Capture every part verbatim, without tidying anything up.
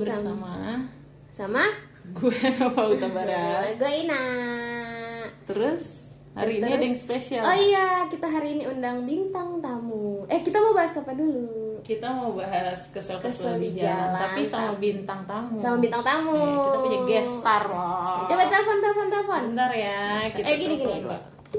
bersama sama gue Nova Utabara. gue Ina. Terus hari Terus, ini ada yang spesial. Oh iya, kita hari ini undang bintang tamu. Eh, kita mau bahas apa dulu? Kita mau bahas kesel-kesel Kesel di di jalan, jalan, tapi sama bintang tamu. Sama bintang tamu. Eh, kita punya guest star loh. Coba telepon, telepon, telepon. Bentar ya. Kita Eh, gini, gini. telepon dulu.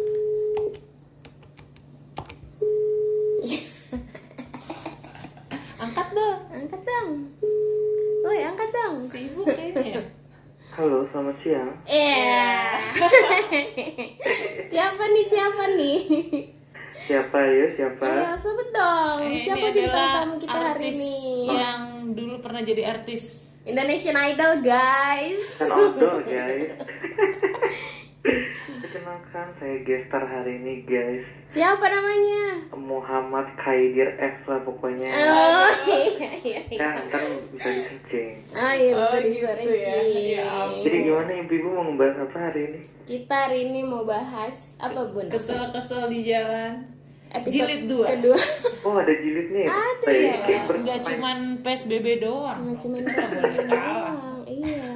Angkat dong. Angkat dong. Woi, angkat dong. Sibuk kayaknya ya. Halo, selamat siang. Iya. Siapa nih, siapa nih? Siapa ya, siapa? Ayo, sebut dong. Eh, Siapa ini bintang adalah tamu kita hari artis ini? yang dulu pernah jadi artis. Indonesian Idol, guys. Kan odol, guys. Perkenalkan, saya gestar hari ini, guys. Siapa namanya? Muhammad Khaidir F lah pokoknya. Oh, iya, iya, iya. Ya, ntar bisa di-searching. Ah, iya, bisa Oh, gitu disuarain. ya. Ya ampun. Jadi gimana ibu-ibu mau ngebahas apa hari ini? Kita hari ini mau bahas apa, Bun? Kesel-kesel di jalan. Episode Jilid dua. kedua. Oh, ada jilidnya ya? Ada Saya ya. kayak ber- Enggak cuman P S B B doang. Cuma cuman Nggak boleh kalah. doang. Iya.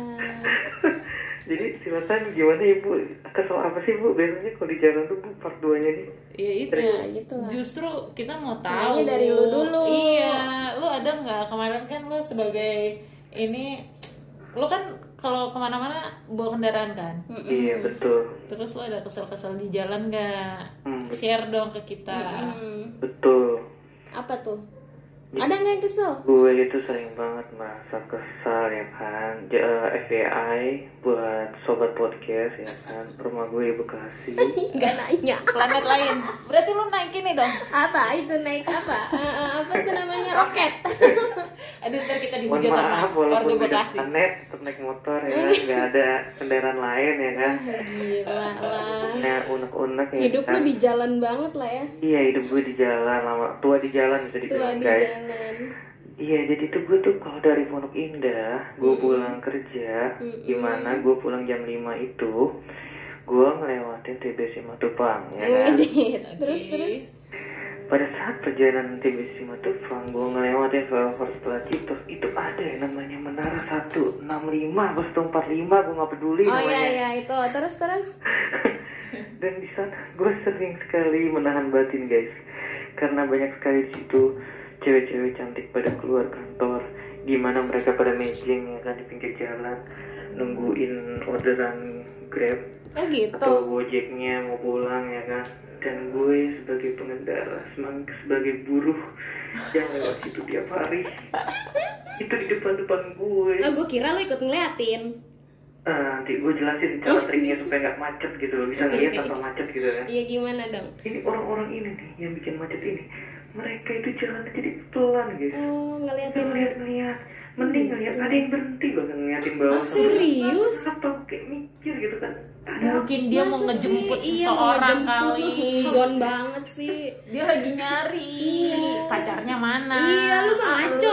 Jadi silakan gimana ibu? Kesel apa sih bu? Biasanya kalau di jalan tuh bu part dua-nya nih. Ya itu. Ya, gitu lah. Justru kita mau tahu. Makanya dari lu dulu. Iya, lu ada nggak kemarin kan lu sebagai ini, lu kan kalau kemana-mana bawa kendaraan kan. Mm-mm. Iya, betul. Terus lu ada kesel-kesel di jalan nggak? Hmm, Share dong ke kita. Mm-mm. Betul. Apa tuh? Ada nggak yang kesel? Gue itu sering banget merasa kesal ya kan. J- eh, F Y I buat sobat podcast ya kan. Rumah gue di Bekasi. Nggak nanya. Planet lain. Berarti lu naik ini dong. Apa itu naik apa? Eh, eh, apa tuh namanya roket? Aduh, ntar kita Mohon dihujat sama maaf warga walaupun tidak Bekasi. planet tetap naik motor ya kan. Nggak ada kendaraan lain ya kan. Gila lah. Nah unek-unek ya Hidup kan. lu di jalan banget lah ya. Iya hidup gue di jalan lama. Tua di jalan bisa Tua dibilang di guys. jalan. Iya jadi tuh gue tuh kalau dari Pondok Indah gue Mm-mm. pulang kerja. Mm-mm. Gimana gue pulang jam lima itu gue ngelewatin T B C Matupang ya kan. Widih. Oke. Terus terus. Pada saat perjalanan T B C Matupang gue ngelewatin flyover setelah Citos itu ada yang namanya Menara satu enam lima pas empat lima gue nggak peduli Oh namanya. iya iya itu. Terus terus. Dan di sana gue sering sekali menahan batin guys karena banyak sekali di situ cewek-cewek cantik pada keluar kantor, gimana mereka pada mejeng ya kan di pinggir jalan nungguin orderan Grab Oh gitu. atau Gojeknya mau pulang ya kan. Dan gue sebagai pengendara, semang- sebagai buruh yang lewat situ tiap hari itu di depan-depan gue. Oh gue kira lu ikut ngeliatin. Ah, nanti gue jelasin cara triknya supaya nggak macet gitu loh, bisa ngeliat tanpa macet gitu kan. Iya gimana dong? Ini orang-orang ini nih yang bikin macet ini, mereka itu jalan jadi pelan guys. Oh Kita ngeliatin. ngeliat-ngeliat, mending ngeliat ada yang berhenti bahkan ngeliatin bawah. Ah, serius? Atau kayak mikir gitu kan. Ada Mungkin dia mau Masa ngejemput sih? Iya, mau seseorang ngejemput, kali. lu suzon banget sih. Dia lagi nyari Iya. pacarnya mana. Iya lu mah ngaco.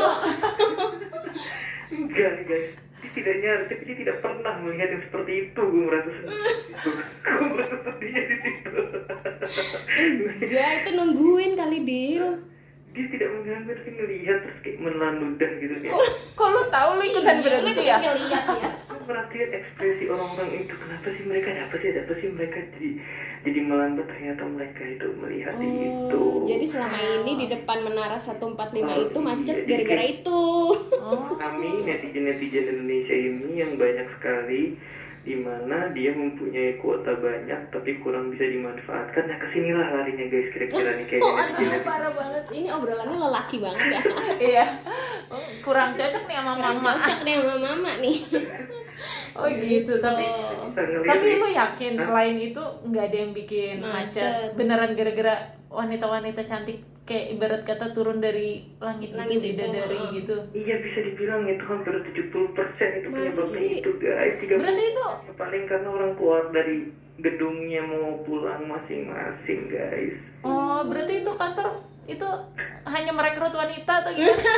enggak guys. Dia tidak nyari, tapi dia tidak pernah melihat yang seperti itu. Gue merasa sedih. Gue merasa sedihnya di situ. Enggak itu nungguin kali Dil. Dia tidak mengganggu tapi ngelihat terus kayak menelan ludah gitu kayak. Kok lu tahu lu ikutan berhenti ya? Ngeliat ya. Gue perhatiin ekspresi orang-orang itu, kenapa sih mereka, ada apa sih, ada apa sih mereka jadi jadi melambat, ternyata mereka itu melihat itu. Oh, jadi selama ini di depan Menara seratus empat puluh lima Oh, itu macet iya, gara-gara jadi- itu. Oh. Kami netizen-netizen Indonesia ini yang banyak sekali di mana dia mempunyai kuota banyak tapi kurang bisa dimanfaatkan. Nah kesinilah larinya guys kira-kira nih kayak Oh, netizen. aduh parah banget. Ini obrolannya lelaki banget ya. Iya. Oh, kurang cocok nih sama Kurang mama. cocok nih sama mama nih. Oh gitu. Tapi Oh. Kita ngeliat tapi nih, lu yakin Hah? selain itu nggak ada yang bikin Macet. macet? Beneran gara-gara wanita-wanita cantik kayak ibarat kata turun dari langit, Langit gitu, itu, bidadari uh-uh. gitu. iya bisa dibilang itu hampir tujuh puluh persen itu Masa penyebabnya sih? itu guys. tiga puluh Berarti itu paling karena orang keluar dari gedungnya mau pulang masing-masing guys. oh berarti itu kantor itu hanya merekrut wanita atau gimana?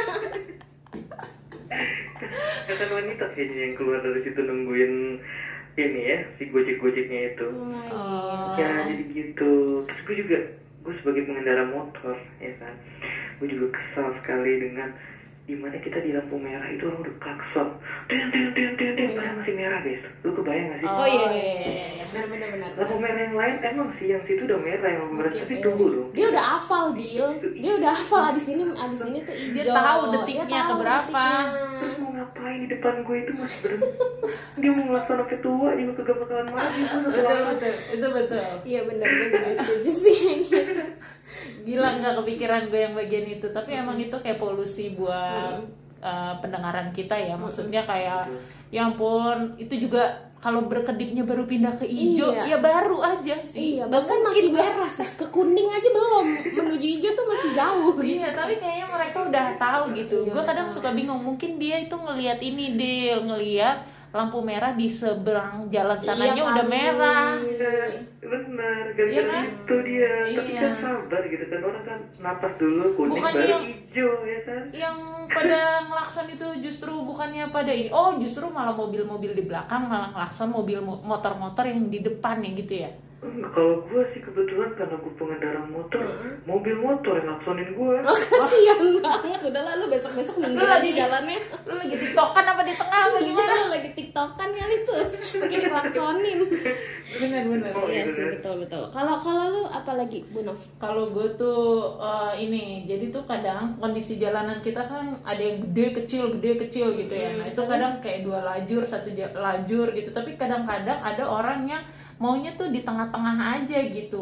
Kata wanita kayaknya yang keluar dari situ nungguin ini ya si gojek-gojeknya itu. Oh. Ya jadi gitu. Terus gue juga, gue sebagai pengendara motor ya kan, gue juga kesal sekali dengan dimana kita di lampu merah itu orang udah klakson, ten ten ten ten ten, padahal masih merah guys. Lu kebayang gak sih? Oh iya iya iya, iya. benar benar Lampu benar. merah yang lain emang sih yang situ udah merah, yang merah Oke, tapi iya. tunggu dong. Dia udah hafal Dil, dia udah hafal abis ini abis ini tuh hijau. Dia tahu detiknya Dia tahu keberapa. detiknya. Terus mau ngapain di depan gue itu mas Bren? Dia mau ngelaksana sampai tua juga kagak bakalan mati. Betul betul, itu betul. Iya benar, gue juga setuju sih gitu. Gila nggak kepikiran gue yang bagian itu, tapi emang itu kayak polusi buat Mm. uh, pendengaran kita ya. Maksudnya kayak ya ampun, itu juga kalau berkedipnya baru pindah ke hijau, Iya. ya baru aja sih. Iya, Nggak bahkan mungkin masih merah, sis. Ke kuning aja belum, menuju hijau tuh masih jauh gitu. Iya, tapi kayaknya mereka udah tahu gitu. Iya, Gue kadang tahu. suka bingung, mungkin dia itu ngelihat ini Dil, ngelihat lampu merah di seberang jalan sananya Iya udah kali. merah. Benar, Iya gara-gara kan? itu dia. Tapi Iya. kan sabar gitu kan, orang kan napas dulu kuning Bukan baru yang- hijau ya kan. Yang pada ngelakson itu justru bukannya pada ini, oh justru malah mobil-mobil di belakang malah ngelakson mobil mo- motor-motor yang di depan ya gitu ya. Enggak, kalau gue sih kebetulan karena gue pengendara motor, Mm-mm. mobil motor yang ngaksonin gue. Oh kasihan banget, udahlah lu besok-besok minggir Lu lagi- lagi jalannya. Lu lagi tiktokan apa di tengah apa Iya gimana? lu lagi tiktokan kali tuh, mungkin dikelaksonin. Bener-bener. Oh, Iya gitu sih ya. betul-betul. Kalau kalau lu apa lagi Bu Nov? Kalau gue tuh eh, ini, jadi tuh kadang kondisi jalanan kita kan ada yang gede kecil, gede kecil gitu ya. Nah itu kadang kayak dua lajur, satu ja- lajur gitu. Tapi kadang-kadang ada orang yang maunya tuh di tengah-tengah aja gitu.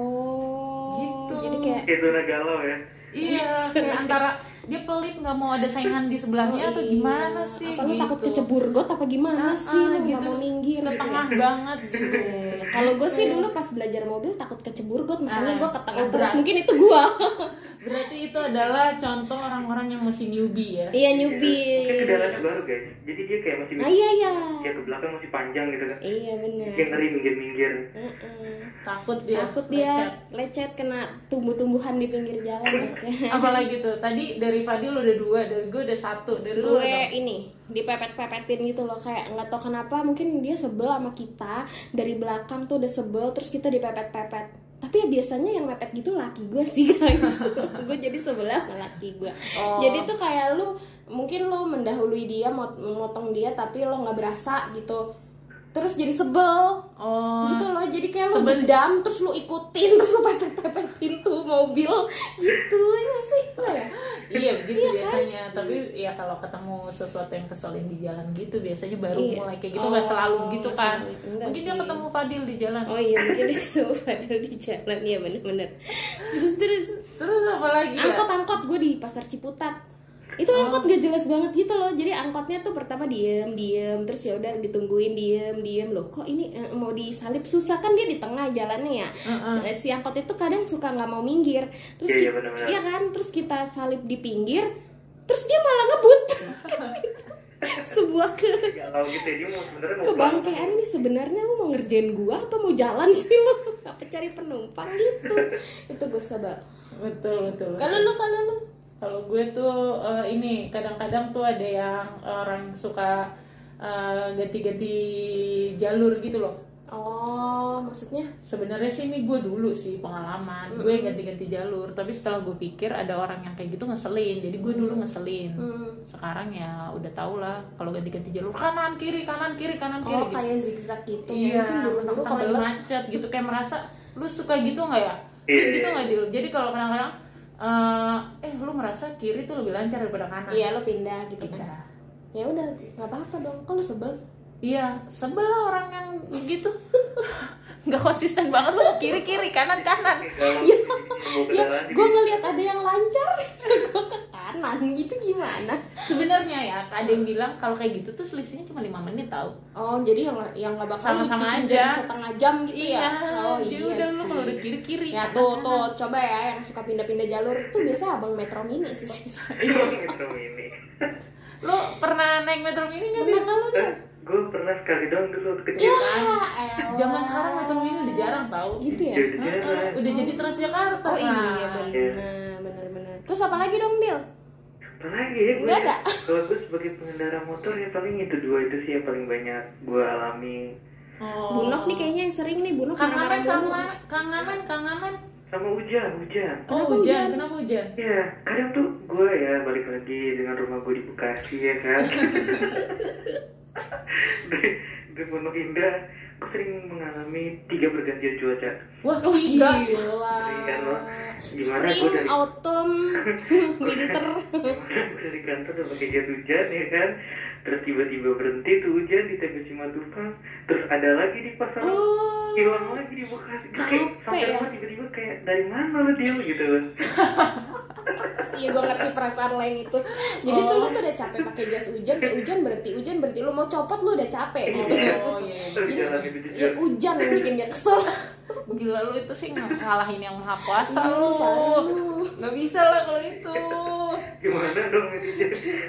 Oh. Gitu. Jadi kayak Itu udah galau ya. Iya, kayak antara dia pelit nggak mau ada saingan di sebelahnya oh, atau iya. gimana sih? Apa lu gitu. takut kecebur got apa gimana Ah, sih? ah, Lu nggak mau minggir ke gitu tengah ya? banget gitu. Eh, Kalau gue sih dulu pas belajar mobil takut kecebur got, makanya Ah, gue ke tengah oh, terus. berat. Mungkin itu gue. Berarti itu adalah contoh orang-orang yang masih newbie ya. Iya Mungkin newbie. kendala baru guys. Jadi dia kayak masih Ah iya iya. dia ke belakang masih panjang gitu kan. Iya benar. Dia ngeri minggir-minggir. Mm-mm. Takut dia. Takut dia lecet. lecet kena tumbuh-tumbuhan di pinggir jalan maksudnya. Apalagi tuh tadi dari Fadil udah dua, dari gue udah satu, dari lu Gue udah- ini dipepet-pepetin gitu loh, kayak nggak tahu kenapa mungkin dia sebel sama kita dari belakang tuh udah sebel, terus kita dipepet-pepet. Tapi ya biasanya yang mepet gitu laki gue sih guys. Gue jadi sebelah sama laki gue. Oh. Jadi tuh kayak lu mungkin lu mendahului dia, mot- motong dia tapi lo nggak berasa gitu. Terus jadi sebel. Oh. Gitu loh, jadi kayak lu Sebel. dendam terus lu ikutin terus lu pepet-pepetin tuh mobil gitu. Ya nggak sih? Nggak ya? Iya begitu Iya kan? biasanya. Tapi ya kalau ketemu sesuatu yang keselin di jalan gitu biasanya baru Iya. mulai kayak gitu, Oh, nggak selalu begitu nggak kan. selalu. Enggak Mungkin dia sih. ketemu Fadil di jalan. Oh iya mungkin dia ketemu Fadil di jalan, iya bener-bener. Terus terus Terus apa lagi ya? angkot-angkot gue di pasar Ciputat itu angkot gak jelas banget gitu loh. Jadi angkotnya tuh pertama diem diem terus ya udah ditungguin diem diem loh, kok ini eh, mau disalip susah kan, dia di tengah jalannya ya. Heeh. Eh, si angkot itu kadang suka nggak mau minggir terus Iya, iya, ki- benar-benar. iya kan, terus kita salip di pinggir terus dia malah ngebut. Sebuah ke Galau gitu ya, dia mau sebenarnya mau kebangkean ini sebenarnya lu mau ngerjain gua apa mau jalan sih lu? Apa cari penumpang gitu? Itu gue sabar. Betul betul. Kalau betul. lu kalau lu Kalau gue tuh eh, ini kadang-kadang tuh ada yang orang suka eh, ganti-ganti jalur gitu loh. oh maksudnya Sebenarnya sih ini gue dulu sih pengalaman, gue ganti-ganti jalur. Tapi setelah gue pikir ada orang yang kayak gitu ngeselin, jadi gue dulu ngeselin. hmm. Sekarang ya udah tau lah kalau ganti-ganti jalur kanan kiri kanan kiri kanan kiri. oh gitu. kayak zigzag gitu, Iya, mungkin buru-buru mentang-mentang lagi kebelet. macet gitu, kayak merasa lu suka gitu nggak ya? Iya, Lu gitu iya. nggak Dil? Jadi kalau kadang-kadang eh, eh lu merasa kiri tuh lebih lancar daripada kanan. Iya lo pindah gitu kan. Pindah. Ya udah nggak apa-apa dong. Kalau sebel. Iya, sebel lah orang yang gitu. Nggak konsisten banget lu kiri kiri kanan kanan. Galau Iya. gitu, mau ke Ya jalan gue gitu. ngelihat ada yang lancar, gue ke kanan gitu gimana? Sebenarnya ya ada yang bilang kalau kayak gitu tuh selisihnya cuma lima menit tau. Oh jadi yang yang nggak bakal Sama-sama bikin aja. jadi setengah jam gitu Iya, ya? Oh jadi iya udah lu sih. kalau udah kiri kiri. Ya tuh tuh coba ya yang suka pindah-pindah jalur tuh biasa abang Metro Mini sih. Metro Mini. Lu pernah naik metro mini nggak Pernah Dil? nggak lu dong? Gue pernah sekali doang dulu waktu kecil. Ya, Kan? Zaman sekarang metro mini udah jarang tau. gitu ya. Jadi Heeh, jarang. udah jadi Transjakarta. Oh iya kan? benar benar benar. Terus apa lagi dong Bil? Apalagi ya gue. Nggak ada. Kalau gue sebagai pengendara motor ya paling itu dua itu sih yang paling banyak gue alami. Oh. Bu Nov nih kayaknya yang sering nih, Bu Nov Kang Amen, Kang mulu. Amen, Kang Amen, Kang Amen. Sama hujan, hujan. Oh Kenapa hujan, hujan? kenapa hujan? Ya, kadang tuh gue ya balik lagi dengan rumah gue di Bekasi ya kan. dari, dari Pondok Indah, gue sering mengalami tiga pergantian cuaca. Wah, Oh tiga. gila. Sering kan lo? Gimana gue Spring, dari autumn, winter. gimana gue dari kantor udah pakai jas hujan ya kan. Terus tiba-tiba berhenti tuh hujan di T B Simatupang. Terus ada lagi di pasar. Oh. Hilang lagi di Bekasi. Gue kayak Capek sampai ya? rumah tiba-tiba kayak dari mana lo dia gitu. Iya, gue ngerti perasaan lain itu. Jadi tuh Oh. lu tuh udah capek pakai jas hujan, kayak hujan berhenti, hujan berhenti, lu mau copot lu udah capek gitu. Oh iya. Terus Jadi jalan gitu ya hujan yang bikin dia kesel. Gila lu itu sih ng- ngalahin yang maha kuasa Iya, lu. parah lu. Nggak bisa lah kalau itu. Gimana dong ini?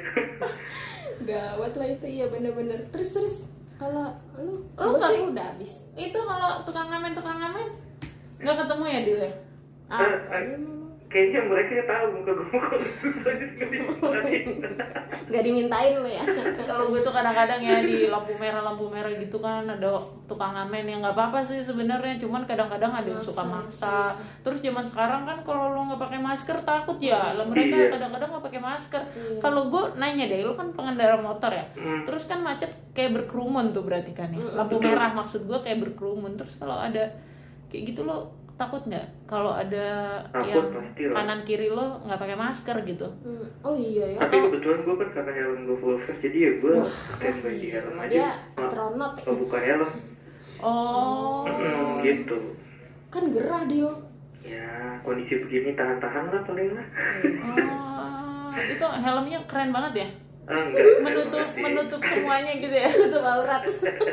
Gawat lah itu, iya bener-bener. Terus terus kalau lu, Lu lu sih nggak- udah habis. Itu kalau tukang ngamen tukang ngamen nggak ketemu ya Dil ya? Ah, Eh, eh, Kayaknya mereka tahu muka gue kalau susah jadi nggak dimintain lu ya? Kalau gue tuh kadang-kadang ya di lampu merah lampu merah gitu kan ada tukang ngamen yang nggak apa-apa sih sebenarnya, cuman kadang-kadang ada yang suka maksa. Terus zaman sekarang kan kalau lu nggak pakai masker takut ya, lah mereka Iya. kadang-kadang nggak pakai masker. Iya. Kalau gue nanya deh, lu kan pengendara motor ya, Hmm. terus kan macet kayak berkerumun tuh berarti kan ya, lampu merah maksud gue kayak berkerumun. Terus kalau ada kayak gitu lo takut nggak kalau ada Takut, yang pasti lah. kanan kiri lo nggak pakai masker gitu? Hmm. Oh iya ya. Tapi kebetulan gue kan karena helm gue full face, jadi ya gue standby di helm Sama aja. dia Nggak- astronot. nggak buka helm. Oh. Hmm, gitu. Kan gerah Dil. Ya kondisi begini tahan-tahan lah paling lah. Oh, itu helmnya keren banget ya, Ah, enggak. menutup menutup semuanya gitu ya. Tutup aurat.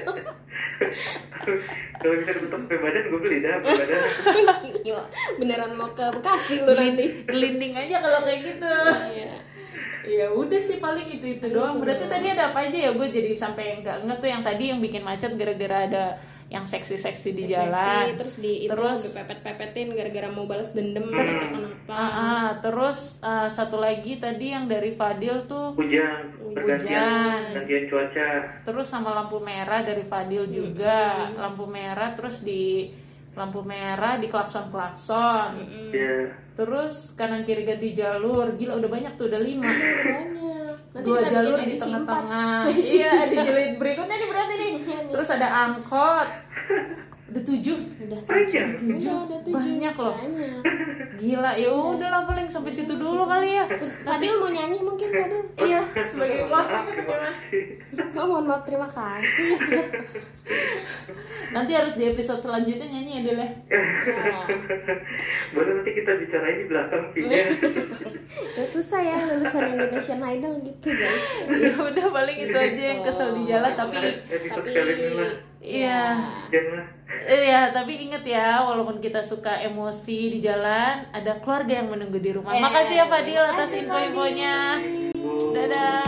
Kalau bisa ditutup pakai badan gue beli dah pakai badan. Gila, beneran mau ke Bekasi lu nanti. Gelinding aja kalau kayak gitu. Iya. Ya udah sih paling itu itu doang. Berarti tadi ada apa aja ya? Gue jadi sampai nggak nget tuh yang tadi yang bikin macet gara-gara ada yang seksi-seksi di jalan. Terus di itu Terus- dipepet-pepetin gara-gara mau balas dendam Hmm. atau kenapa. Ah, ah, terus ah, satu lagi tadi yang dari Fadil tuh, Hujan, pergantian, Hujan. pergantian cuaca. terus sama lampu merah dari Fadil juga, lampu merah terus di lampu merah di klakson-klakson. Ya. Terus kanan kiri ganti jalur, gila udah banyak tuh, udah lima. Banyak. Nanti Dua kita jalur bikin di edisi tengah-tengah. empat. Edisi Iya, di tiga. jilid berikutnya nih berarti nih. Terus ada angkot. Udah tujuh. Udah Banyak. tujuh. Udah, udah tujuh. Banyak loh. Banyak. Gila, ya udah lah paling sampai situ dulu kali ya. Fadil mau nyanyi mungkin Fadil. Iya, sebagai closing Maaf, itu terima gimana? kasih. Oh, mohon maaf, terima kasih. Nanti harus di episode selanjutnya nyanyi ya Del ya. Boleh nanti kita bicarain di belakang Vina. Gak susah ya lulusan Indonesian Idol gitu guys. Ya udah paling itu aja yang kesel di jalan tapi Episode Tapi kali ini lah. iya. Jangan. Iya, tapi inget ya, walaupun kita suka emosi di jalan, ada keluarga yang menunggu di rumah. Eh, Makasih ya Fadil terima atas kasih, info-infonya. Bu. Dadah.